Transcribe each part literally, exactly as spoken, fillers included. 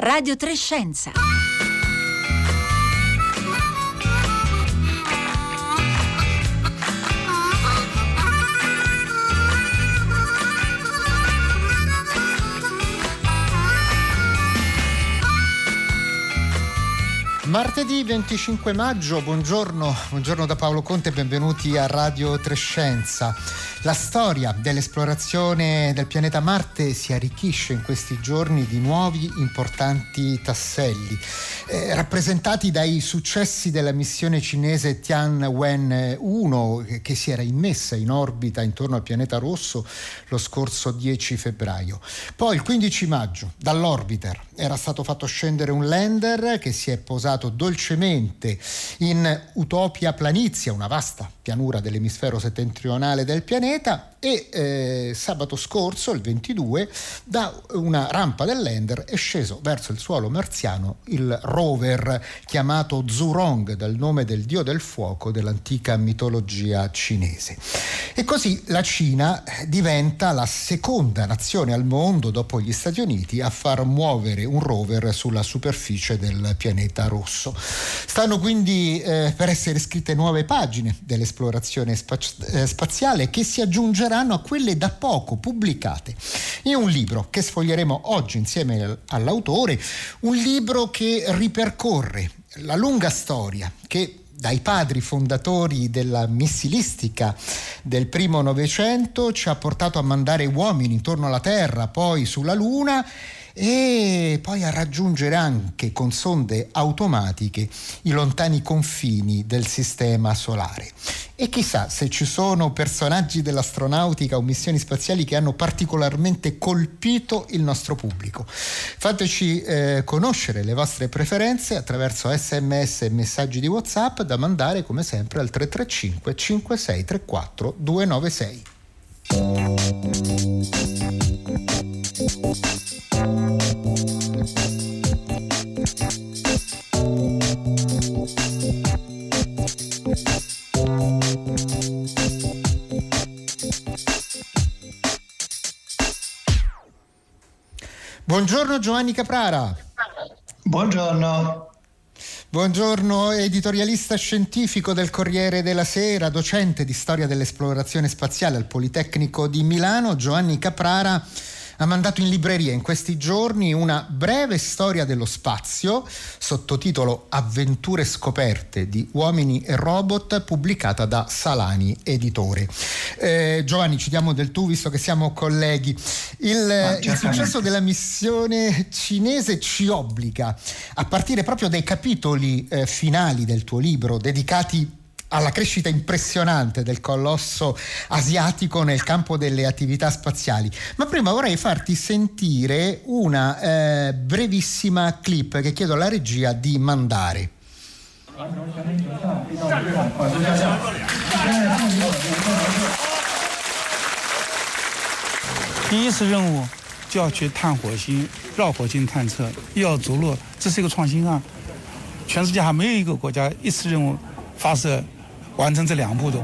Radio tre Scienza. Martedì venticinque maggio, buongiorno, buongiorno da Paolo Conte e benvenuti a Radio tre Scienza. La storia dell'esplorazione del pianeta Marte si arricchisce in questi giorni di nuovi importanti tasselli, eh, rappresentati dai successi della missione cinese Tianwen uno, che, che si era immessa in orbita intorno al pianeta rosso lo scorso dieci febbraio. Poi il quindici maggio dall'orbiter era stato fatto scendere un lander che si è posato dolcemente in Utopia Planitia, una vasta pianura dell'emisfero settentrionale del pianeta, e eh, sabato scorso, il ventidue, da una rampa del lander è sceso verso il suolo marziano il rover chiamato Zhurong, dal nome del dio del fuoco dell'antica mitologia cinese. E così la Cina diventa la seconda nazione al mondo, dopo gli Stati Uniti, a far muovere un rover sulla superficie del pianeta rosso. Stanno quindi eh, per essere scritte nuove pagine dell'esplorazione spaz- eh, spaziale, che si aggiungeranno a quelle da poco pubblicate in un libro che sfoglieremo oggi insieme all'autore, un libro che ripercorre la lunga storia che dai padri fondatori della missilistica del primo Novecento ci ha portato a mandare uomini intorno alla Terra, poi sulla Luna, e poi a raggiungere anche con sonde automatiche i lontani confini del sistema solare. E chissà se ci sono personaggi dell'astronautica o missioni spaziali che hanno particolarmente colpito il nostro pubblico. Fateci eh, conoscere le vostre preferenze attraverso sms e messaggi di WhatsApp, da mandare come sempre al tre tre cinque cinque sei tre quattro due nove sei. Buongiorno Giovanni Caprara. Buongiorno. Buongiorno, editorialista scientifico del Corriere della Sera, docente di storia dell'esplorazione spaziale al Politecnico di Milano. Giovanni Caprara ha mandato in libreria in questi giorni una breve storia dello spazio, sottotitolo Avventure scoperte di uomini e robot, pubblicata da Salani Editore. Eh, Giovanni, ci diamo del tu visto che siamo colleghi. Il, il successo della missione cinese ci obbliga, a partire proprio dai capitoli eh, finali del tuo libro, dedicati alla crescita impressionante del colosso asiatico nel campo delle attività spaziali. Ma prima vorrei farti sentire una eh, brevissima clip che chiedo alla regia di mandare. 第一次任务就要去探火星、绕火星探测，又要着陆，这是一个创新啊！全世界还没有一个国家一次任务发射完成这两步骤。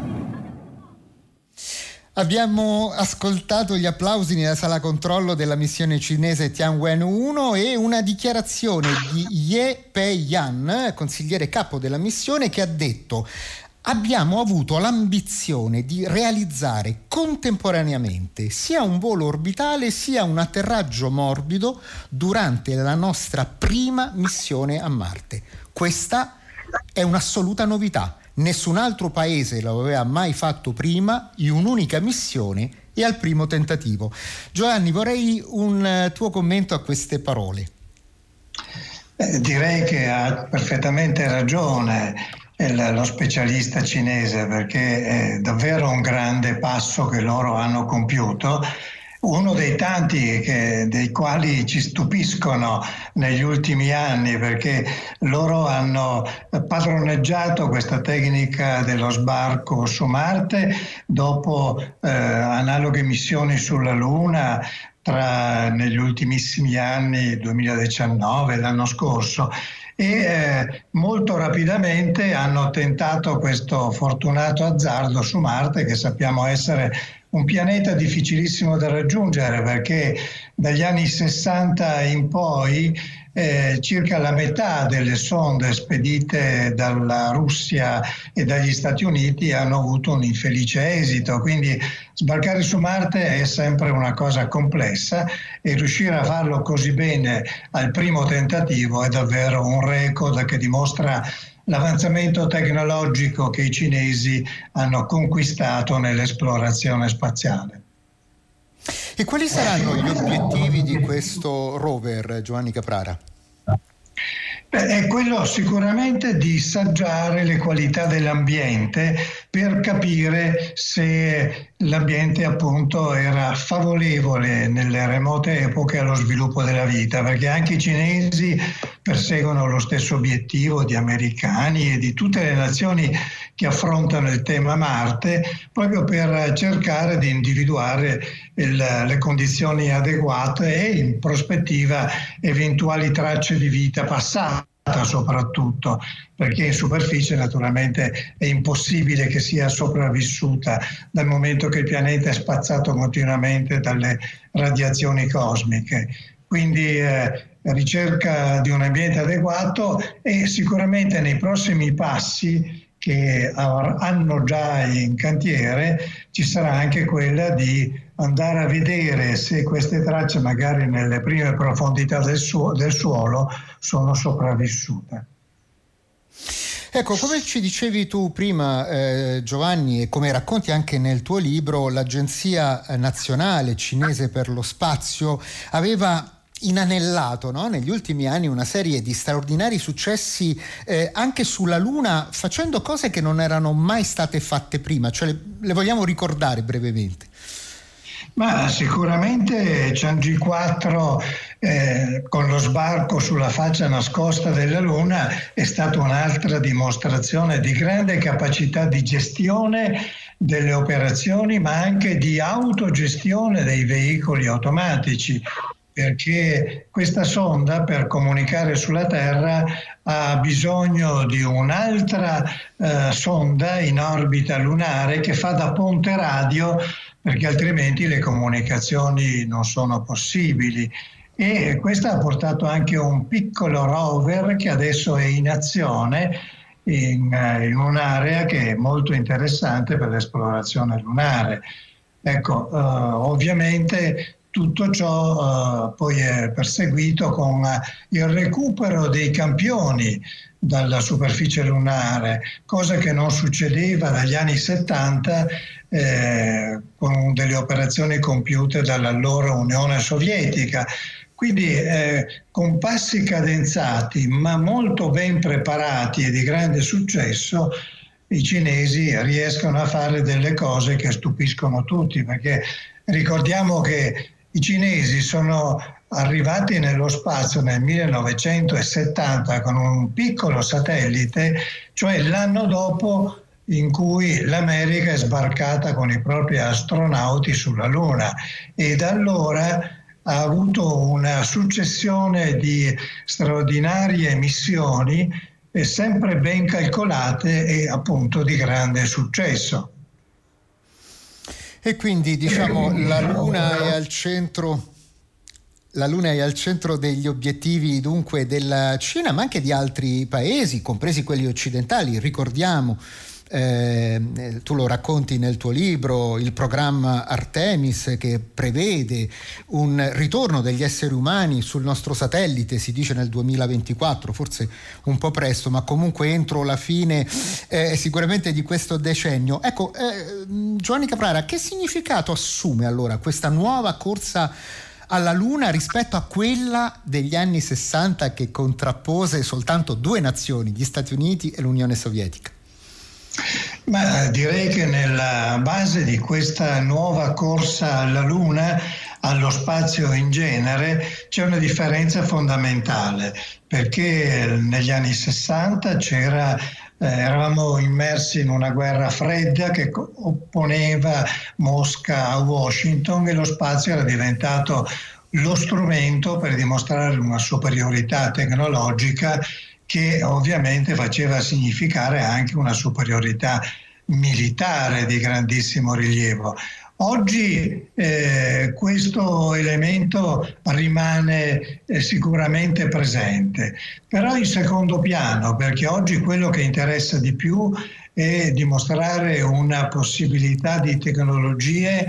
Abbiamo ascoltato gli applausi nella sala controllo della missione cinese Tianwen uno e una dichiarazione di Ye Peiyan, consigliere capo della missione, che ha detto: abbiamo avuto l'ambizione di realizzare contemporaneamente sia un volo orbitale sia un atterraggio morbido durante la nostra prima missione a Marte. Questa è un'assoluta novità. Nessun altro paese lo aveva mai fatto prima, in un'unica missione e al primo tentativo. Giovanni, vorrei un tuo commento a queste parole. Eh, direi che ha perfettamente ragione lo specialista cinese, perché è davvero un grande passo che loro hanno compiuto, uno dei tanti che, dei quali ci stupiscono negli ultimi anni, perché loro hanno padroneggiato questa tecnica dello sbarco su Marte dopo eh, analoghe missioni sulla Luna tra negli ultimissimi anni, duemiladiciannove, l'anno scorso. E eh, molto rapidamente hanno tentato questo fortunato azzardo su Marte, che sappiamo essere un pianeta difficilissimo da raggiungere, perché dagli anni sessanta in poi eh, circa la metà delle sonde spedite dalla Russia e dagli Stati Uniti hanno avuto un infelice esito, quindi sbarcare su Marte è sempre una cosa complessa e riuscire a farlo così bene al primo tentativo è davvero un record che dimostra l'avanzamento tecnologico che i cinesi hanno conquistato nell'esplorazione spaziale. E quali saranno gli obiettivi di questo rover, Giovanni Caprara? Beh, è quello sicuramente di saggiare le qualità dell'ambiente per capire se l'ambiente appunto era favorevole nelle remote epoche allo sviluppo della vita, perché anche i cinesi perseguono lo stesso obiettivo di americani e di tutte le nazioni che affrontano il tema Marte, proprio per cercare di individuare il, le condizioni adeguate e in prospettiva eventuali tracce di vita passata, soprattutto perché in superficie naturalmente è impossibile che sia sopravvissuta, dal momento che il pianeta è spazzato continuamente dalle radiazioni cosmiche. Quindi eh, ricerca di un ambiente adeguato e sicuramente nei prossimi passi che hanno già in cantiere ci sarà anche quella di andare a vedere se queste tracce magari nelle prime profondità del, su- del suolo sono sopravvissute. Ecco, come ci dicevi tu prima, eh, Giovanni, e come racconti anche nel tuo libro, l'Agenzia Nazionale Cinese per lo Spazio aveva inanellato, no? negli ultimi anni una serie di straordinari successi eh, anche sulla Luna, facendo cose che non erano mai state fatte prima, cioè le, le vogliamo ricordare brevemente? Ma sicuramente Chang'e quattro eh, con lo sbarco sulla faccia nascosta della Luna è stata un'altra dimostrazione di grande capacità di gestione delle operazioni, ma anche di autogestione dei veicoli automatici, perché questa sonda per comunicare sulla Terra ha bisogno di un'altra eh, sonda in orbita lunare che fa da ponte radio, perché altrimenti le comunicazioni non sono possibili. E questa ha portato anche un piccolo rover che adesso è in azione in, in un'area che è molto interessante per l'esplorazione lunare. Ecco, eh, ovviamente tutto ciò uh, poi è perseguito con uh, il recupero dei campioni dalla superficie lunare, cosa che non succedeva dagli anni settanta eh, con delle operazioni compiute dall'allora Unione Sovietica. Quindi eh, con passi cadenzati ma molto ben preparati e di grande successo, i cinesi riescono a fare delle cose che stupiscono tutti, perché ricordiamo che i cinesi sono arrivati nello spazio nel millenovecentosettanta con un piccolo satellite, cioè l'anno dopo in cui l'America è sbarcata con i propri astronauti sulla Luna, e da allora ha avuto una successione di straordinarie missioni sempre ben calcolate e appunto di grande successo. E quindi diciamo la Luna è al centro, la Luna è al centro degli obiettivi dunque della Cina, ma anche di altri paesi, compresi quelli occidentali. Ricordiamo, eh, tu lo racconti nel tuo libro, il programma Artemis che prevede un ritorno degli esseri umani sul nostro satellite, si dice nel duemilaventiquattro, forse un po' presto, ma comunque entro la fine eh, sicuramente di questo decennio. Ecco, eh, Giovanni Caprara, che significato assume allora questa nuova corsa alla Luna rispetto a quella degli anni sessanta che contrappose soltanto due nazioni, gli Stati Uniti e l'Unione Sovietica? Ma direi che nella base di questa nuova corsa alla Luna, allo spazio in genere, c'è una differenza fondamentale, perché negli anni sessanta c'era eh, eravamo immersi in una guerra fredda che opponeva Mosca a Washington, e lo spazio era diventato lo strumento per dimostrare una superiorità tecnologica che ovviamente faceva significare anche una superiorità militare di grandissimo rilievo. Oggi eh, questo elemento rimane eh, sicuramente presente, però in secondo piano, perché oggi quello che interessa di più è dimostrare una possibilità di tecnologie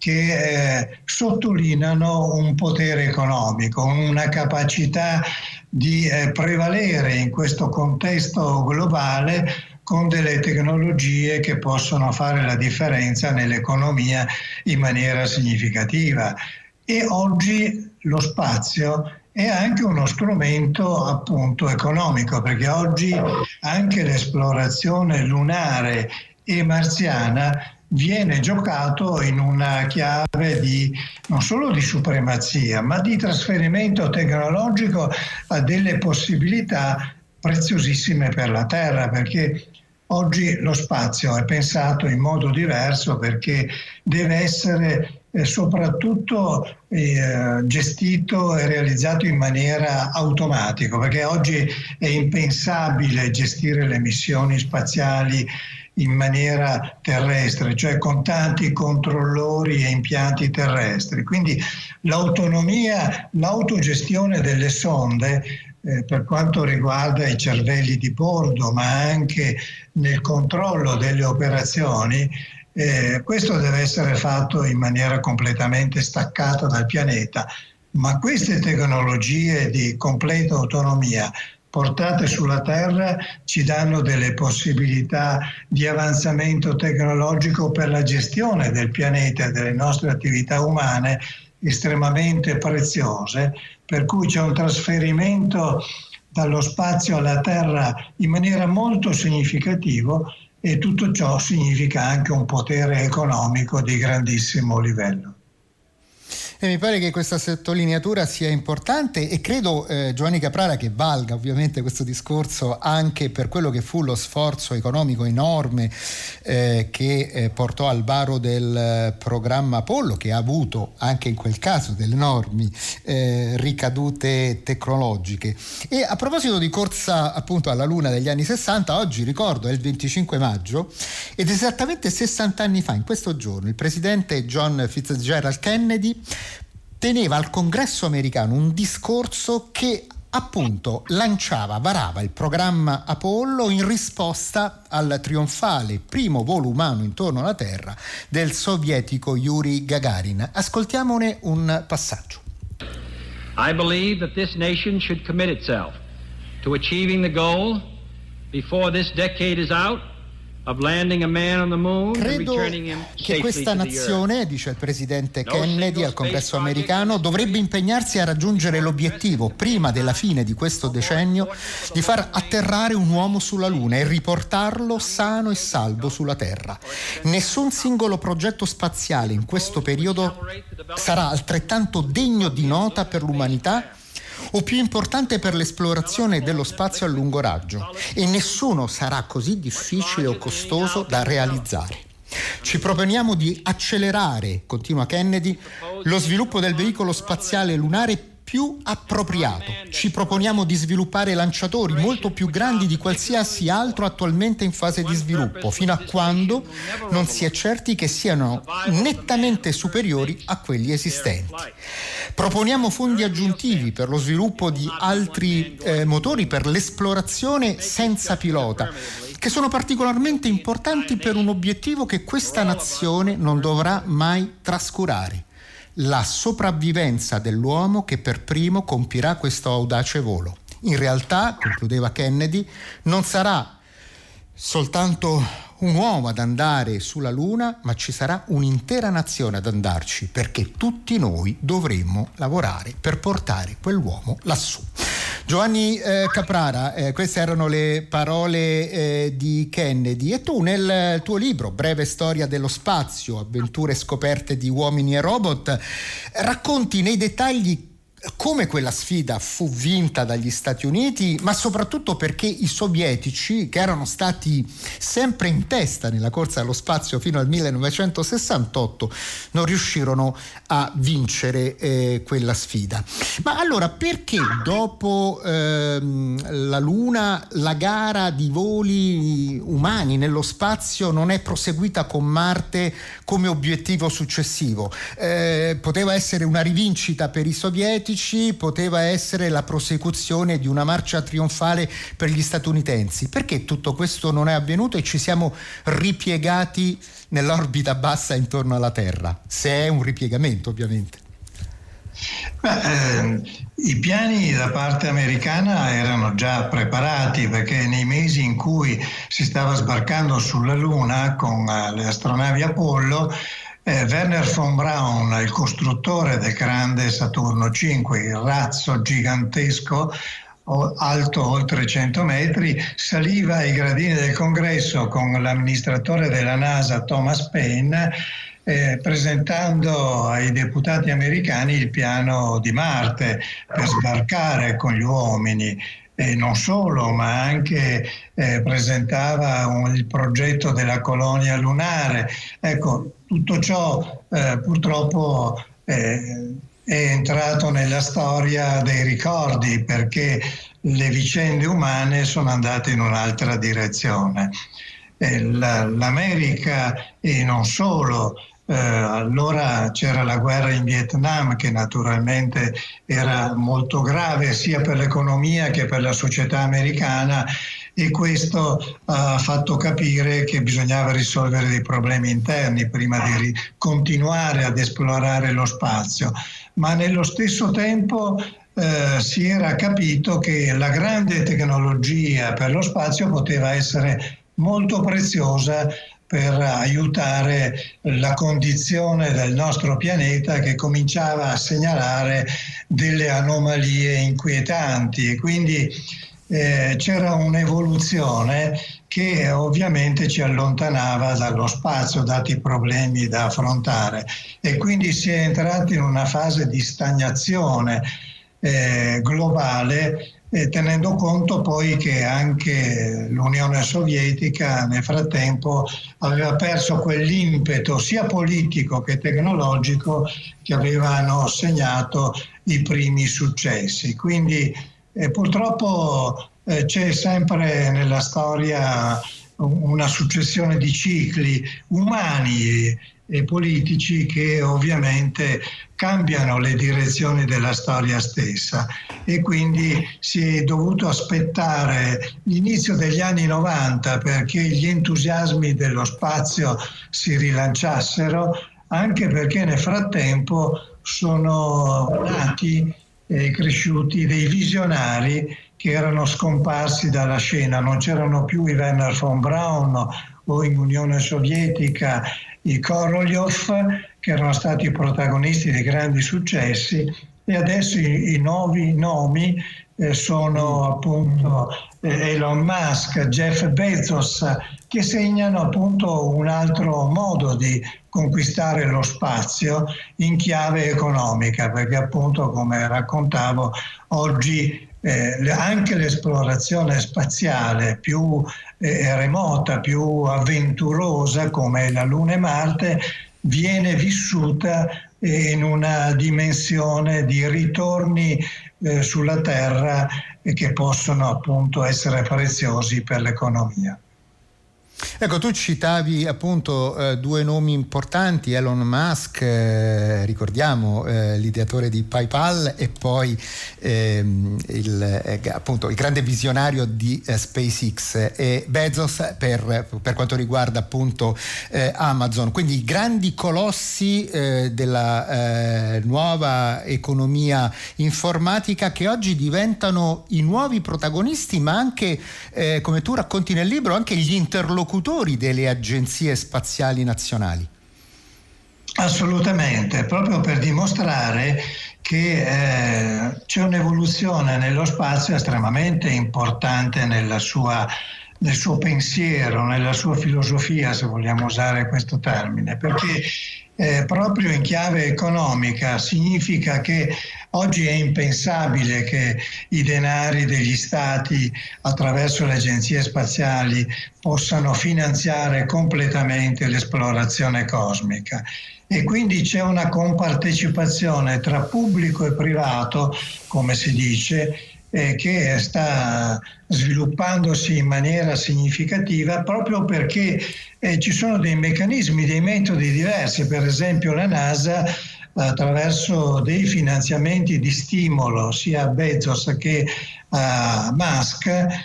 che eh, sottolineano un potere economico, una capacità di eh, prevalere in questo contesto globale con delle tecnologie che possono fare la differenza nell'economia in maniera significativa. E oggi lo spazio è anche uno strumento appunto economico, perché oggi anche l'esplorazione lunare e marziana viene giocato in una chiave di non solo di supremazia, ma di trasferimento tecnologico a delle possibilità preziosissime per la Terra, perché oggi lo spazio è pensato in modo diverso, perché deve essere eh, soprattutto eh, gestito e realizzato in maniera automatica, perché oggi è impensabile gestire le missioni spaziali in maniera terrestre, cioè con tanti controllori e impianti terrestri. Quindi l'autonomia, l'autogestione delle sonde eh, per quanto riguarda i cervelli di bordo, ma anche nel controllo delle operazioni, eh, questo deve essere fatto in maniera completamente staccata dal pianeta. Ma queste tecnologie di completa autonomia portate sulla Terra ci danno delle possibilità di avanzamento tecnologico per la gestione del pianeta e delle nostre attività umane estremamente preziose, per cui c'è un trasferimento dallo spazio alla Terra in maniera molto significativo, e tutto ciò significa anche un potere economico di grandissimo livello. E mi pare che questa sottolineatura sia importante, e credo, eh, Giovanni Caprara, che valga ovviamente questo discorso anche per quello che fu lo sforzo economico enorme eh, che eh, portò al varo del eh, programma Apollo, che ha avuto anche in quel caso delle enormi eh, ricadute tecnologiche. E a proposito di corsa appunto alla Luna degli anni sessanta, oggi ricordo è il venticinque maggio ed esattamente sessanta anni fa, in questo giorno, il presidente John Fitzgerald Kennedy teneva al Congresso americano un discorso che appunto lanciava, varava il programma Apollo in risposta al trionfale primo volo umano intorno alla Terra del sovietico Yuri Gagarin. Ascoltiamone un passaggio. I believe that this nation should commit itself to achieving the goal before this decade is out. Credo che questa nazione, dice il presidente Kennedy al Congresso americano, dovrebbe impegnarsi a raggiungere l'obiettivo, prima della fine di questo decennio, di far atterrare un uomo sulla Luna e riportarlo sano e salvo sulla Terra. Nessun singolo progetto spaziale in questo periodo sarà altrettanto degno di nota per l'umanità o più importante per l'esplorazione dello spazio a lungo raggio, e nessuno sarà così difficile o costoso da realizzare. Ci proponiamo di accelerare, continua Kennedy, lo sviluppo del veicolo spaziale lunare più appropriato. Ci proponiamo di sviluppare lanciatori molto più grandi di qualsiasi altro attualmente in fase di sviluppo, fino a quando non si è certi che siano nettamente superiori a quelli esistenti. Proponiamo fondi aggiuntivi per lo sviluppo di altri eh, motori per l'esplorazione senza pilota, che sono particolarmente importanti per un obiettivo che questa nazione non dovrà mai trascurare: la sopravvivenza dell'uomo che per primo compirà questo audace volo. In realtà, concludeva Kennedy, non sarà soltanto un uomo ad andare sulla Luna, ma ci sarà un'intera nazione ad andarci, perché tutti noi dovremmo lavorare per portare quell'uomo lassù. Giovanni eh, Caprara, eh, queste erano le parole eh, di Kennedy, e tu nel tuo libro Breve storia dello spazio, avventure scoperte di uomini e robot, racconti nei dettagli come quella sfida fu vinta dagli Stati Uniti, ma soprattutto perché i sovietici, che erano stati sempre in testa nella corsa allo spazio fino al millenovecentosessantotto, non riuscirono a vincere eh, quella sfida. Ma allora perché dopo ehm, la Luna la gara di voli umani nello spazio non è proseguita con Marte come obiettivo successivo? Eh, poteva essere una rivincita per i sovietici, poteva essere la prosecuzione di una marcia trionfale per gli statunitensi. Perché tutto questo non è avvenuto e ci siamo ripiegati nell'orbita bassa intorno alla Terra? Se è un ripiegamento, ovviamente. Beh, eh, i piani da parte americana erano già preparati, perché nei mesi in cui si stava sbarcando sulla Luna con eh, le astronavi Apollo, Eh, Wernher von Braun, il costruttore del grande Saturno cinque, il razzo gigantesco alto oltre cento metri, saliva ai gradini del Congresso con l'amministratore della NASA Thomas Paine, eh, presentando ai deputati americani il piano di Marte per sbarcare con gli uomini. E non solo, ma anche eh, presentava un, il progetto della colonia lunare. Ecco, tutto ciò eh, purtroppo eh, è entrato nella storia dei ricordi, perché le vicende umane sono andate in un'altra direzione. Eh, la, L'America e non solo, Eh, allora c'era la guerra in Vietnam, che naturalmente era molto grave sia per l'economia che per la società americana, e questo ha fatto capire che bisognava risolvere dei problemi interni prima di ri- continuare ad esplorare lo spazio. Ma nello stesso tempo eh, si era capito che la grande tecnologia per lo spazio poteva essere molto preziosa per aiutare la condizione del nostro pianeta, che cominciava a segnalare delle anomalie inquietanti, e quindi eh, c'era un'evoluzione che ovviamente ci allontanava dallo spazio, dati i problemi da affrontare, e quindi si è entrati in una fase di stagnazione eh, globale, E tenendo conto poi che anche l'Unione Sovietica nel frattempo aveva perso quell'impeto sia politico che tecnologico che avevano segnato i primi successi. Quindi eh, purtroppo eh, c'è sempre nella storia una successione di cicli umani e politici che ovviamente cambiano le direzioni della storia stessa, e quindi si è dovuto aspettare l'inizio degli anni novanta perché gli entusiasmi dello spazio si rilanciassero, anche perché nel frattempo sono nati e cresciuti dei visionari che erano scomparsi dalla scena. Non c'erano più i Wernher von Braun o in Unione Sovietica i Korolev, che erano stati protagonisti di grandi successi, e adesso i, i nuovi nomi eh, sono appunto eh, Elon Musk, Jeff Bezos, che segnano appunto un altro modo di conquistare lo spazio in chiave economica, perché appunto, come raccontavo, oggi eh, anche l'esplorazione spaziale più eh, remota, più avventurosa come la Luna e Marte viene vissuta in una dimensione di ritorni eh, sulla Terra eh, che possono appunto essere preziosi per l'economia. Ecco, tu citavi appunto eh, due nomi importanti, Elon Musk, eh, ricordiamo eh, l'ideatore di PayPal, e poi ehm, il, eh, appunto il grande visionario di eh, SpaceX, e Bezos per, per quanto riguarda appunto eh, Amazon, quindi i grandi colossi eh, della eh, nuova economia informatica, che oggi diventano i nuovi protagonisti, ma anche, eh, come tu racconti nel libro, anche gli interlocutori delle agenzie spaziali nazionali. Assolutamente, proprio per dimostrare che eh, c'è un'evoluzione nello spazio estremamente importante nella sua, nel suo pensiero, nella sua filosofia, se vogliamo usare questo termine, perché eh, proprio in chiave economica. Significa che oggi è impensabile che i denari degli stati attraverso le agenzie spaziali possano finanziare completamente l'esplorazione cosmica. E quindi c'è una compartecipazione tra pubblico e privato, come si dice, eh, che sta sviluppandosi in maniera significativa proprio perché eh, ci sono dei meccanismi, dei metodi diversi. Per esempio la NASA, attraverso dei finanziamenti di stimolo sia a Bezos che a Musk,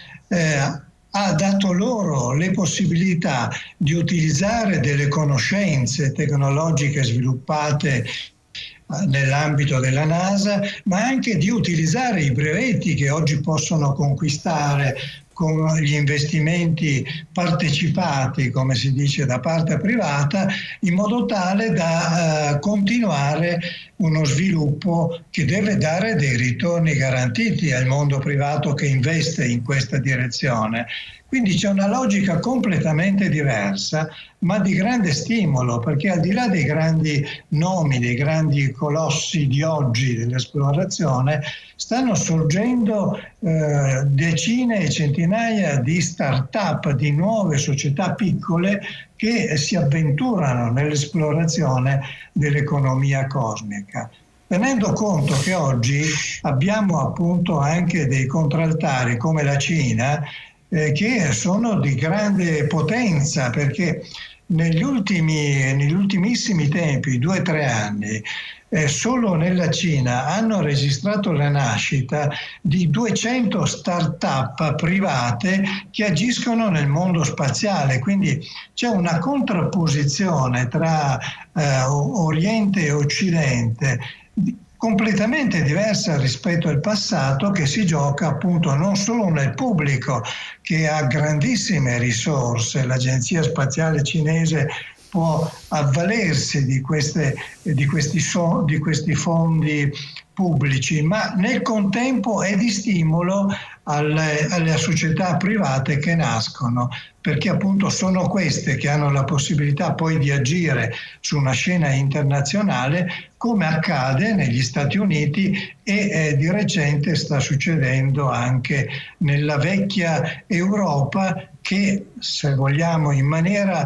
eh, ha dato loro le possibilità di utilizzare delle conoscenze tecnologiche sviluppate nell'ambito della NASA, ma anche di utilizzare i brevetti che oggi possono conquistare con gli investimenti partecipati, come si dice, da parte privata, in modo tale da uh, continuare uno sviluppo che deve dare dei ritorni garantiti al mondo privato che investe in questa direzione. Quindi c'è una logica completamente diversa, ma di grande stimolo, perché al di là dei grandi nomi, dei grandi colossi di oggi dell'esplorazione, stanno sorgendo eh, decine e centinaia di start-up, di nuove società piccole che si avventurano nell'esplorazione dell'economia cosmica. Tenendo conto che oggi abbiamo appunto anche dei contraltari come la Cina, eh, che sono di grande potenza, perché negli ultimi, negli ultimissimi tempi, due o tre anni, eh, solo nella Cina hanno registrato la nascita di duecento start-up private che agiscono nel mondo spaziale. Quindi c'è una contrapposizione tra eh, Oriente e Occidente completamente diversa rispetto al passato, che si gioca appunto non solo nel pubblico, che ha grandissime risorse. L'Agenzia Spaziale Cinese può avvalersi di, queste, di, questi, so, di questi fondi pubblici, ma nel contempo è di stimolo alle, alle società private che nascono, perché appunto sono queste che hanno la possibilità poi di agire su una scena internazionale, come accade negli Stati Uniti e eh, di recente sta succedendo anche nella vecchia Europa, che, se vogliamo, in maniera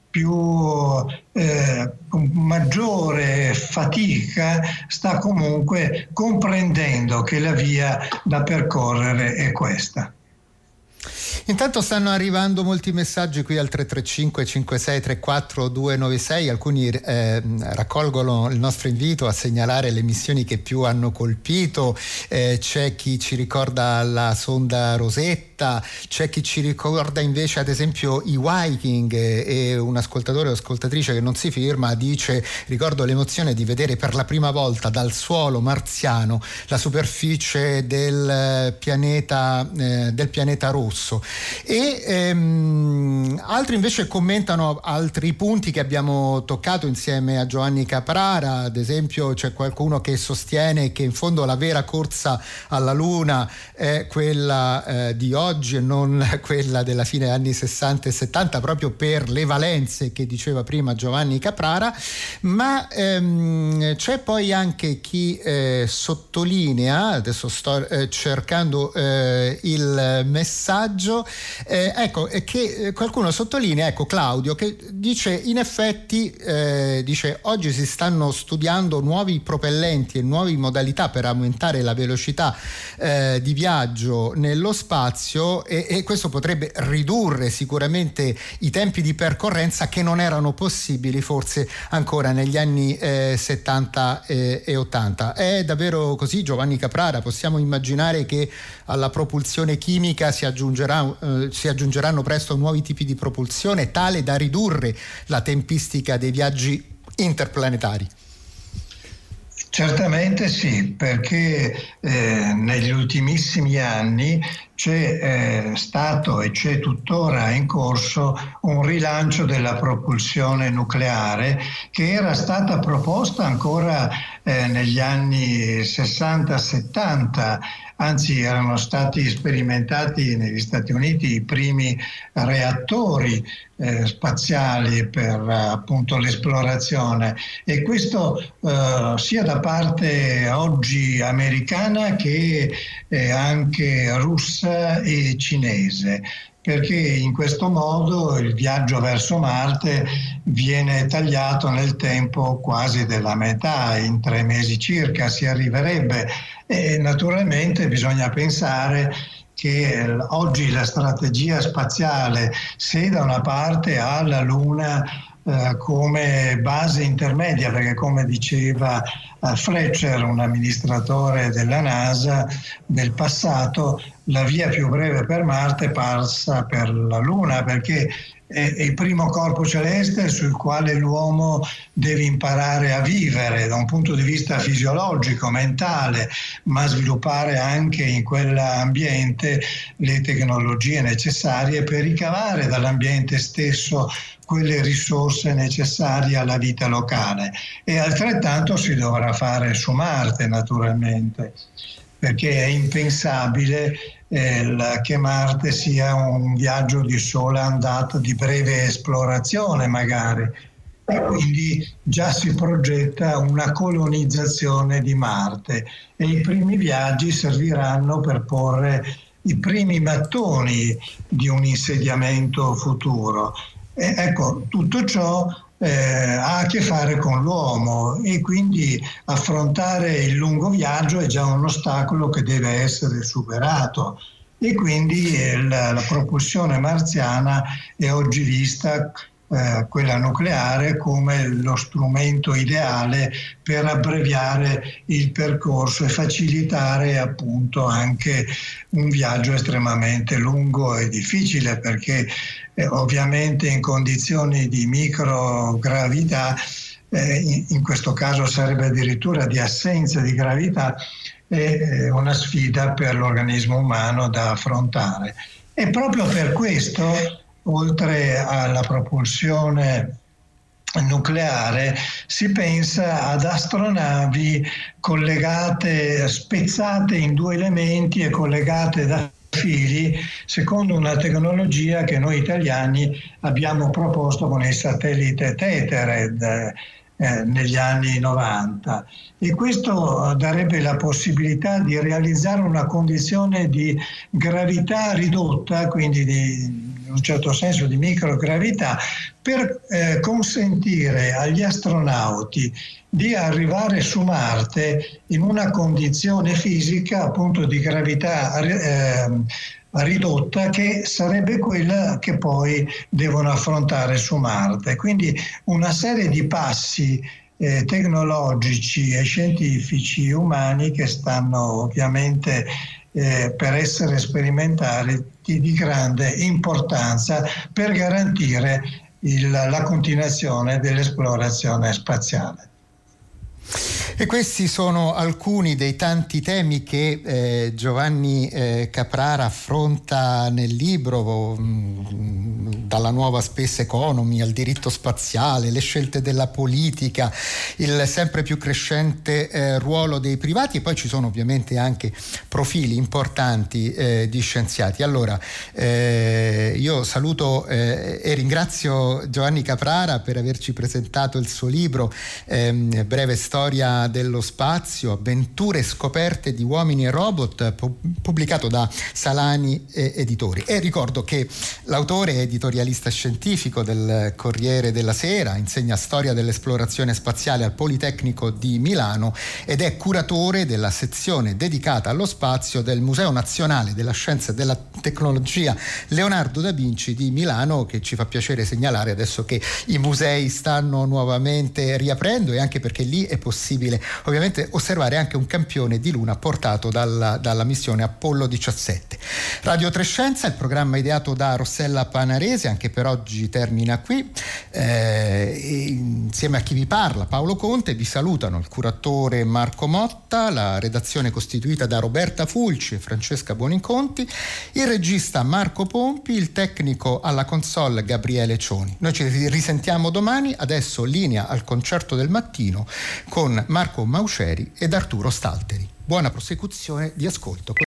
più eh, con maggiore fatica sta comunque comprendendo che la via da percorrere è questa. Intanto stanno arrivando molti messaggi qui al tre tre cinque cinque sei tre quattro due nove sei, alcuni eh, raccolgono il nostro invito a segnalare le missioni che più hanno colpito, eh, c'è chi ci ricorda la sonda Rosetta, c'è chi ci ricorda invece ad esempio i Viking, eh, e un ascoltatore o ascoltatrice che non si firma dice: ricordo l'emozione di vedere per la prima volta dal suolo marziano la superficie del pianeta, eh, del pianeta rosso. E ehm, altri invece commentano altri punti che abbiamo toccato insieme a Giovanni Caprara. Ad esempio c'è qualcuno che sostiene che in fondo la vera corsa alla Luna è quella eh, di oggi e non quella della fine degli anni sessanta e settanta, proprio per le valenze che diceva prima Giovanni Caprara, ma ehm, c'è poi anche chi eh, sottolinea, adesso sto eh, cercando eh, il messaggio, Eh, ecco, che qualcuno sottolinea, ecco Claudio, che dice in effetti, eh, dice oggi si stanno studiando nuovi propellenti e nuove modalità per aumentare la velocità eh, di viaggio nello spazio, e, e questo potrebbe ridurre sicuramente i tempi di percorrenza che non erano possibili forse ancora negli anni eh, settanta e, e ottanta. È davvero così, Giovanni Caprara? Possiamo immaginare che alla propulsione chimica si aggiungerà eh, si aggiungeranno presto nuovi tipi di propulsione tale da ridurre la tempistica dei viaggi interplanetari? Certamente sì, perché eh, negli ultimissimi anni c'è eh, stato e c'è tuttora in corso un rilancio della propulsione nucleare che era stata proposta ancora eh, negli anni sessanta settanta, anzi erano stati sperimentati negli Stati Uniti i primi reattori eh, spaziali per appunto l'esplorazione, e questo eh, sia da parte oggi americana che eh, anche russa e cinese, perché in questo modo il viaggio verso Marte viene tagliato nel tempo quasi della metà, in tre mesi circa si arriverebbe, e naturalmente bisogna pensare che oggi la strategia spaziale, se da una parte ha la Luna eh, come base intermedia, perché come diceva eh, Fletcher, un amministratore della NASA del passato, la via più breve per Marte passa per la Luna, perché è il primo corpo celeste sul quale l'uomo deve imparare a vivere da un punto di vista fisiologico, mentale, ma sviluppare anche in quell'ambiente le tecnologie necessarie per ricavare dall'ambiente stesso quelle risorse necessarie alla vita locale. E altrettanto si dovrà fare su Marte, naturalmente, perché è impensabile eh, la, che Marte sia un viaggio di sola andata, di breve esplorazione magari, e quindi già si progetta una colonizzazione di Marte, e i primi viaggi serviranno per porre i primi mattoni di un insediamento futuro. E ecco, tutto ciò Eh, ha a che fare con l'uomo, e quindi affrontare il lungo viaggio è già un ostacolo che deve essere superato, e quindi eh, la, la propulsione marziana è oggi vista, eh, quella nucleare, come lo strumento ideale per abbreviare il percorso e facilitare appunto anche un viaggio estremamente lungo e difficile, perché Eh, ovviamente in condizioni di microgravità, eh, in, in questo caso sarebbe addirittura di assenza di gravità, è eh, una sfida per l'organismo umano da affrontare. E proprio per questo, oltre alla propulsione nucleare, si pensa ad astronavi collegate, spezzate in due elementi e collegate da fili, secondo una tecnologia che noi italiani abbiamo proposto con il satellite Tethered eh, negli anni novanta, e questo darebbe la possibilità di realizzare una condizione di gravità ridotta, quindi di in un certo senso di microgravità, per eh, consentire agli astronauti di arrivare su Marte in una condizione fisica appunto di gravità eh, ridotta, che sarebbe quella che poi devono affrontare su Marte. Quindi una serie di passi eh, tecnologici e scientifici umani che stanno ovviamente eh, per essere sperimentali di, di grande importanza per garantire il, la continuazione dell'esplorazione spaziale. E questi sono alcuni dei tanti temi che eh, Giovanni eh, Caprara affronta nel libro, mh, dalla nuova space economy al diritto spaziale, le scelte della politica, il sempre più crescente eh, ruolo dei privati, e poi ci sono ovviamente anche profili importanti eh, di scienziati. Allora, eh, io saluto eh, e ringrazio Giovanni Caprara per averci presentato il suo libro ehm, Breve storia dello spazio, avventure e scoperte di uomini e robot, pubblicato da Salani Editori. E ricordo che l'autore è editorialista scientifico del Corriere della Sera, insegna storia dell'esplorazione spaziale al Politecnico di Milano ed è curatore della sezione dedicata allo spazio del Museo Nazionale della Scienza e della Tecnologia Leonardo da Vinci di Milano, che ci fa piacere segnalare adesso che i musei stanno nuovamente riaprendo, e anche perché lì è possibile ovviamente osservare anche un campione di luna portato dalla, dalla missione Apollo diciassette. Radio Trescenza, il programma ideato da Rossella Panarese, anche per oggi termina qui. Eh, insieme a chi vi parla, Paolo Conte, vi salutano il curatore Marco Motta, la redazione costituita da Roberta Fulci e Francesca Buoninconti, il regista Marco Pompi, il tecnico alla console Gabriele Cioni. Noi ci risentiamo domani, adesso linea al concerto del mattino con Marco Mauceri ed Arturo Stalteri. Buona prosecuzione di ascolto.